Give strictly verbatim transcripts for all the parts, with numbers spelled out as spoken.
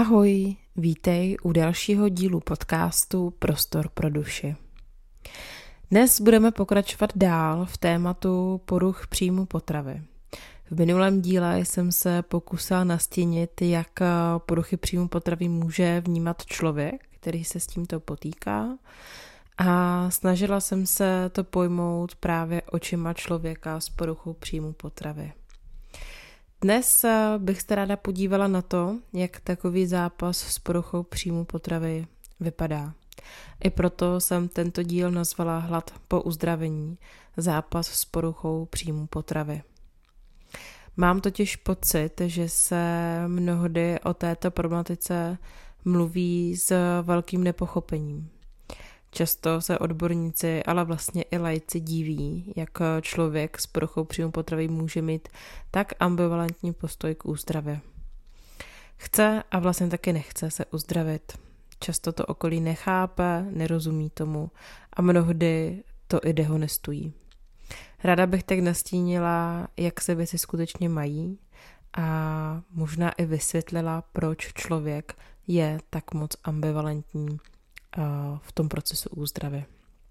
Ahoj, vítej u dalšího dílu podcastu Prostor pro duši. Dnes budeme pokračovat dál v tématu poruch příjmu potravy. V minulém díle jsem se pokusila nastínit, jak poruchy příjmu potravy může vnímat člověk, který se s tímto potýká, a snažila jsem se to pojmout právě očima člověka s poruchou příjmu potravy. Dnes bych se ráda podívala na to, jak takový zápas s poruchou příjmu potravy vypadá. I proto jsem tento díl nazvala Hlad po uzdravení, zápas s poruchou příjmu potravy. Mám totiž pocit, že se mnohdy o této problematice mluví s velkým nepochopením. Často se odborníci, ale vlastně i laici diví, jak člověk s poruchou příjmu potravy může mít tak ambivalentní postoj k úzdravě. Chce a vlastně taky nechce se uzdravit. Často to okolí nechápe, nerozumí tomu a mnohdy to i dehonestují. Ráda bych tak nastínila, jak se věci skutečně mají a možná i vysvětlila, proč člověk je tak moc ambivalentní v tom procesu úzdravy.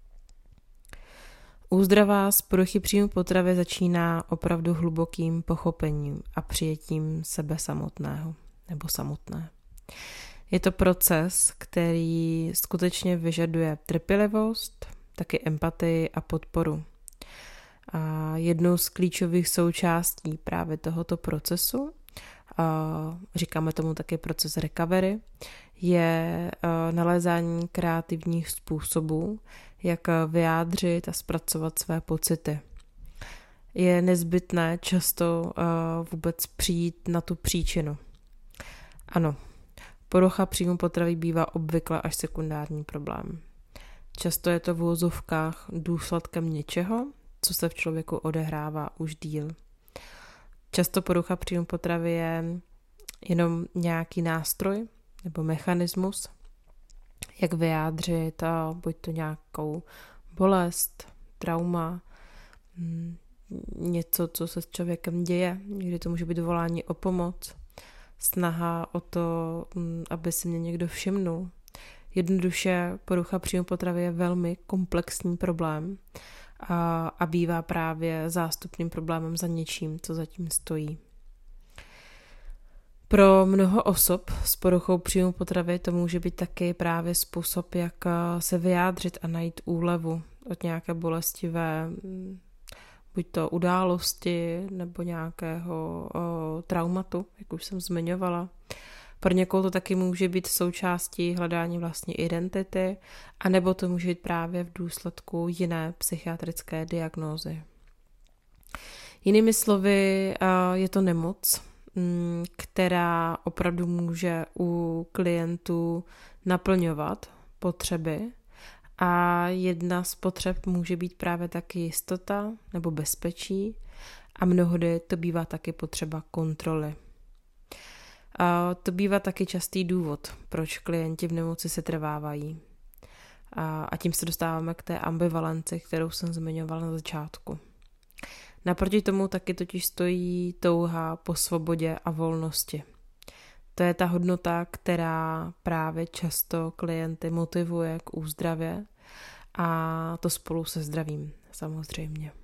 Úzdrava z poruchy příjmu potravy začíná opravdu hlubokým pochopením a přijetím sebe samotného nebo samotné. Je to proces, který skutečně vyžaduje trpělivost, taky empatii a podporu. A jednou z klíčových součástí právě tohoto procesu, a říkáme tomu taky proces recovery, je nalézání kreativních způsobů, jak vyjádřit a zpracovat své pocity. Je nezbytné často vůbec přijít na tu příčinu. Ano, porucha příjmu potravy bývá obvykle až sekundární problém. Často je to v uvozovkách důsledkem něčeho, co se v člověku odehrává už díl. Často porucha příjmu potravy je jenom nějaký nástroj nebo mechanismus, jak vyjádřit a buď to nějakou bolest, trauma, něco, co se s člověkem děje. Někdy to může být volání o pomoc, snaha o to, aby si mě někdo všimnul. Jednoduše porucha příjmu potravy je velmi komplexní problém a, a bývá právě zástupným problémem za něčím, co zatím stojí. Pro mnoho osob s poruchou příjmu potravy to může být taky právě způsob, jak se vyjádřit a najít úlevu od nějaké bolestivé, buď to události nebo nějakého o, traumatu, jak už jsem zmiňovala. Pro někoho to taky může být součástí hledání vlastní identity, anebo to může být právě v důsledku jiné psychiatrické diagnózy. Jinými slovy, je to nemoc, která opravdu může u klientů naplňovat potřeby, a jedna z potřeb může být právě taky jistota nebo bezpečí a mnohdy to bývá taky potřeba kontroly. A to bývá taky častý důvod, proč klienti v nemoci se trvávají. A, a tím se dostáváme k té ambivalenci, kterou jsem zmiňovala na začátku. Naproti tomu taky totiž stojí touha po svobodě a volnosti. To je ta hodnota, která právě často klienty motivuje k úzdravě, a to spolu se zdravím samozřejmě.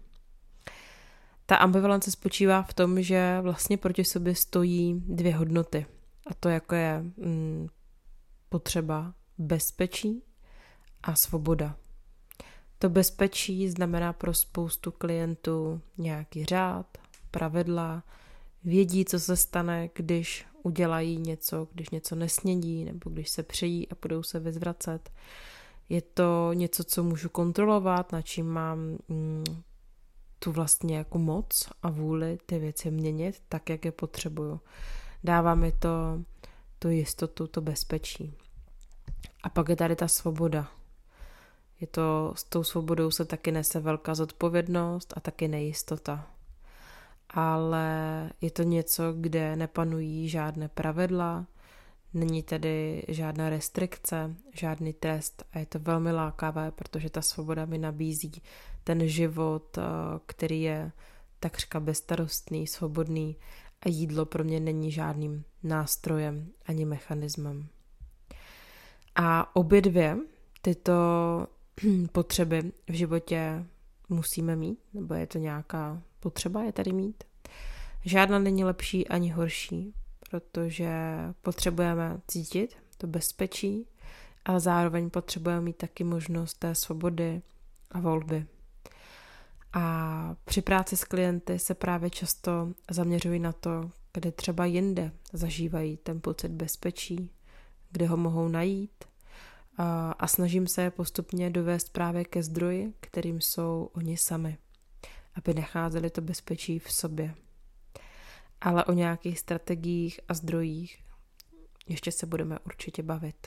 Ta ambivalence spočívá v tom, že vlastně proti sobě stojí dvě hodnoty. A to jako je mm, potřeba bezpečí a svoboda. To bezpečí znamená pro spoustu klientů nějaký řád, pravidla, vědí, co se stane, když udělají něco, když něco nesnědí, nebo když se přejí a budou se vyzvracet. Je to něco, co můžu kontrolovat, na čím mám mm, tu vlastně jako moc a vůli ty věci měnit tak, jak je potřebuju. Dává mi to tu jistotu, to bezpečí. A pak je tady ta svoboda. Je to, s tou svobodou se taky nese velká zodpovědnost a taky nejistota. Ale je to něco, kde nepanují žádné pravidla, není tedy žádná restrikce, žádný trest a je to velmi lákavé, protože ta svoboda mi nabízí ten život, který je takřka bezstarostný, svobodný a jídlo pro mě není žádným nástrojem ani mechanismem. A obě dvě tyto potřeby v životě musíme mít, nebo je to nějaká potřeba je tady mít. Žádná není lepší ani horší, protože potřebujeme cítit to bezpečí, ale zároveň potřebujeme mít taky možnost té svobody a volby. A při práci s klienty se právě často zaměřují na to, kde třeba jinde zažívají ten pocit bezpečí, kde ho mohou najít, a, a snažím se je postupně dovést právě ke zdroji, kterým jsou oni sami, aby nacházeli to bezpečí v sobě. Ale o nějakých strategiích a zdrojích ještě se budeme určitě bavit.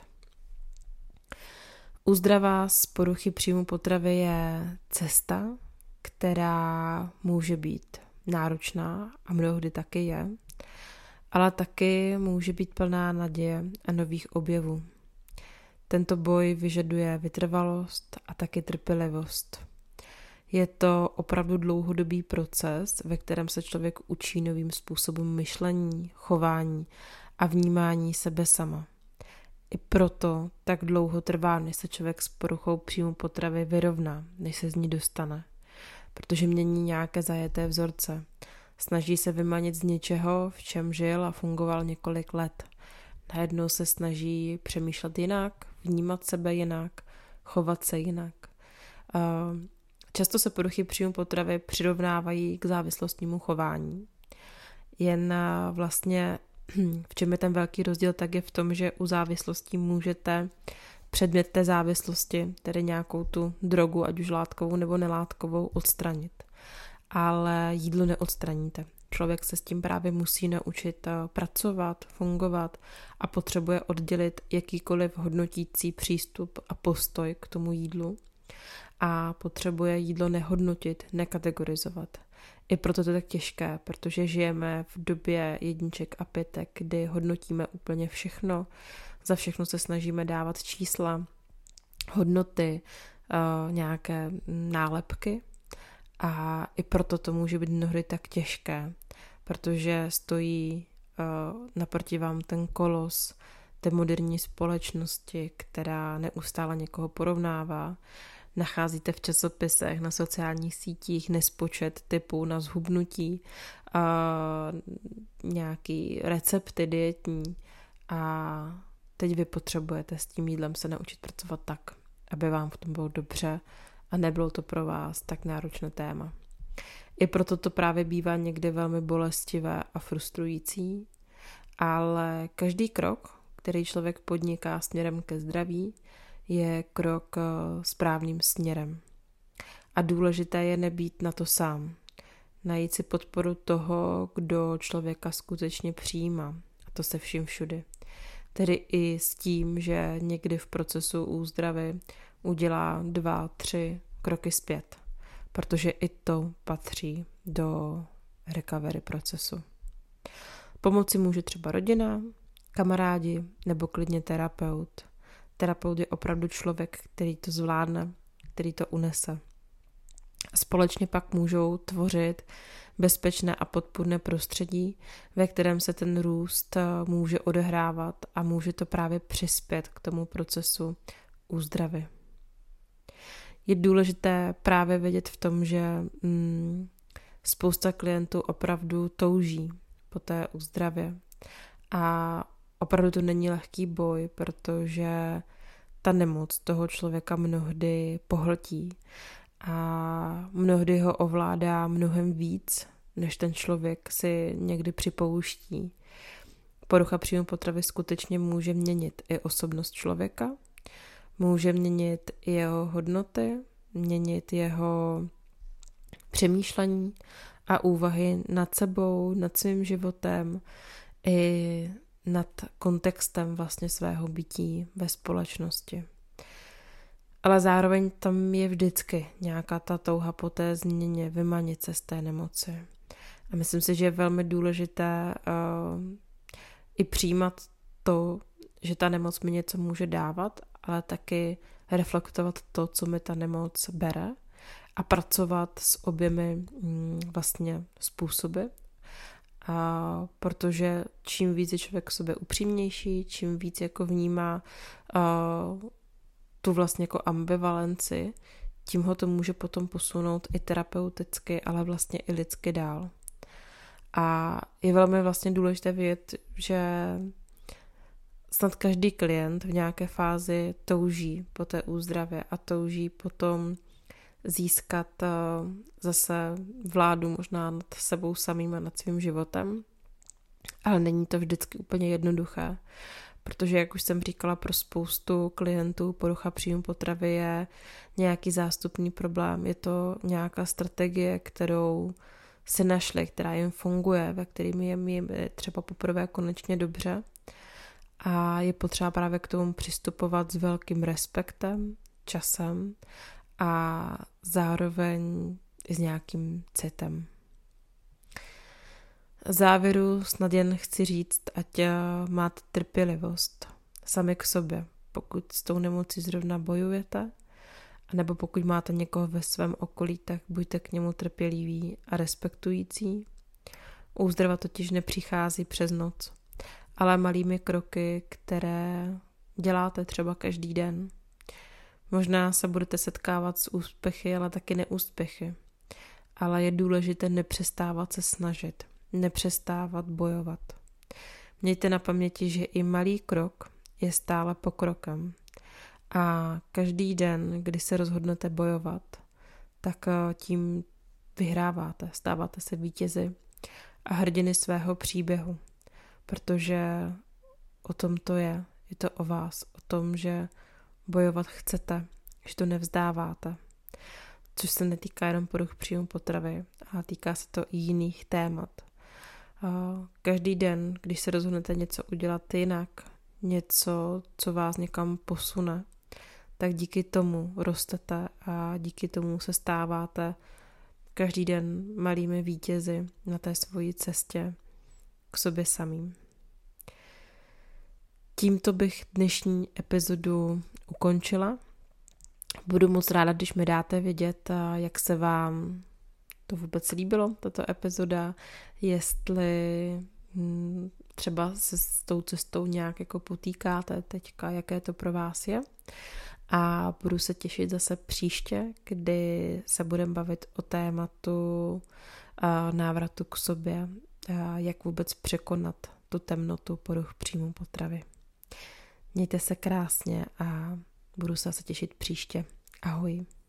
Úzdrava z poruchy příjmu potravy je cesta, která může být náročná a mnohdy taky je, ale taky může být plná naděje a nových objevů. Tento boj vyžaduje vytrvalost a taky trpělivost. Je to opravdu dlouhodobý proces, ve kterém se člověk učí novým způsobem myšlení, chování a vnímání sebe sama. I proto tak dlouho trvá, než se člověk s poruchou příjmu potravy vyrovná, než se z ní dostane. Protože mění nějaké zajeté vzorce. Snaží se vymanit z něčeho, v čem žil a fungoval několik let. Najednou se snaží přemýšlet jinak, vnímat sebe jinak, chovat se jinak. Často se poruchy příjmu potravy přirovnávají k závislostnímu chování. Jen vlastně, v čem je ten velký rozdíl, tak je v tom, že u závislostí můžete předmět té závislosti, tedy nějakou tu drogu, ať už látkovou nebo nelátkovou, odstranit. Ale jídlo neodstraníte. Člověk se s tím právě musí naučit pracovat, fungovat a potřebuje oddělit jakýkoliv hodnotící přístup a postoj k tomu jídlu. A potřebuje jídlo nehodnotit, nekategorizovat. I proto to je tak těžké, protože žijeme v době jedniček a pětek, kdy hodnotíme úplně všechno, za všechno se snažíme dávat čísla, hodnoty, uh, nějaké nálepky a i proto to může být mnohdy tak těžké, protože stojí uh, naproti vám ten kolos té moderní společnosti, která neustále někoho porovnává. Nacházíte v časopisech, na sociálních sítích nespočet typů na zhubnutí, uh, nějaký recepty dietní a teď vy potřebujete s tím jídlem se naučit pracovat tak, aby vám v tom bylo dobře a nebylo to pro vás tak náročné téma. I proto to právě bývá někdy velmi bolestivé a frustrující, ale každý krok, který člověk podniká směrem ke zdraví, je krok správným směrem. A důležité je nebýt na to sám. Najít si podporu toho, kdo člověka skutečně přijímá. A to se vším všudy. Tedy i s tím, že někdy v procesu úzdravy udělá dva, tři kroky zpět. Protože i to patří do recovery procesu. Pomoci může třeba rodina, kamarádi nebo klidně terapeut. Terapeut je opravdu člověk, který to zvládne, který to unese. Společně pak můžou tvořit bezpečné a podpůrné prostředí, ve kterém se ten růst může odehrávat a může to právě přispět k tomu procesu úzdravy. Je důležité právě vědět v tom, že hmm, spousta klientů opravdu touží po té úzdravě a opravdu to není lehký boj, protože ta nemoc toho člověka mnohdy pohltí a mnohdy ho ovládá mnohem víc, než ten člověk si někdy připouští. Porucha příjmu potravy skutečně může měnit i osobnost člověka, může měnit i jeho hodnoty, měnit jeho přemýšlení a úvahy nad sebou, nad svým životem i nad kontextem vlastně svého bytí ve společnosti. Ale zároveň tam je vždycky nějaká ta touha po té změně, vymanit se z té nemoci. A myslím si, že je velmi důležité uh, i přijímat to, že ta nemoc mi něco může dávat, ale taky reflektovat to, co mi ta nemoc bere a pracovat s oběmi mm, vlastně způsoby A protože čím víc je člověk k sobě upřímnější, čím víc jako vnímá uh, tu vlastně jako ambivalenci, tím ho to může potom posunout i terapeuticky, ale vlastně i lidsky dál. A je velmi vlastně důležité vědět, že snad každý klient v nějaké fázi touží po té úzdravě a touží potom získat zase vládu možná nad sebou samým a nad svým životem. Ale není to vždycky úplně jednoduché, protože, jak už jsem říkala, pro spoustu klientů porucha příjmu potravy je nějaký zástupný problém. Je to nějaká strategie, kterou si našli, která jim funguje, ve kterým jim je třeba poprvé konečně dobře. A je potřeba právě k tomu přistupovat s velkým respektem, časem a zároveň i s nějakým citem. V závěru snad jen chci říct, ať máte trpělivost sami k sobě, pokud s tou nemocí zrovna bojujete, nebo pokud máte někoho ve svém okolí, tak buďte k němu trpěliví a respektující. Úzdrava totiž nepřichází přes noc, ale malými kroky, které děláte třeba každý den. Možná se budete setkávat s úspěchy, ale taky neúspěchy. Ale je důležité nepřestávat se snažit, nepřestávat bojovat. Mějte na paměti, že i malý krok je stále pokrokem. A každý den, kdy se rozhodnete bojovat, tak tím vyhráváte, stáváte se vítězi a hrdiny svého příběhu. Protože o tom to je. Je to o vás, o tom, že bojovat chcete, že to nevzdáváte. Což se netýká jenom poruch příjmu potravy, ale týká se to i jiných témat. Každý den, když se rozhodnete něco udělat jinak, něco, co vás někam posune, tak díky tomu rostete a díky tomu se stáváte každý den malými vítězi na té svojí cestě k sobě samým. Tímto bych dnešní epizodu ukončila. Budu moc ráda, když mi dáte vědět, jak se vám to vůbec líbilo, tato epizoda, jestli třeba se s tou cestou nějak jako potýkáte teďka, jaké to pro vás je. A budu se těšit zase příště, kdy se budeme bavit o tématu návratu k sobě, jak vůbec překonat tu temnotu poruch příjmu potravy. Mějte se krásně a budu se zase těšit příště. Ahoj.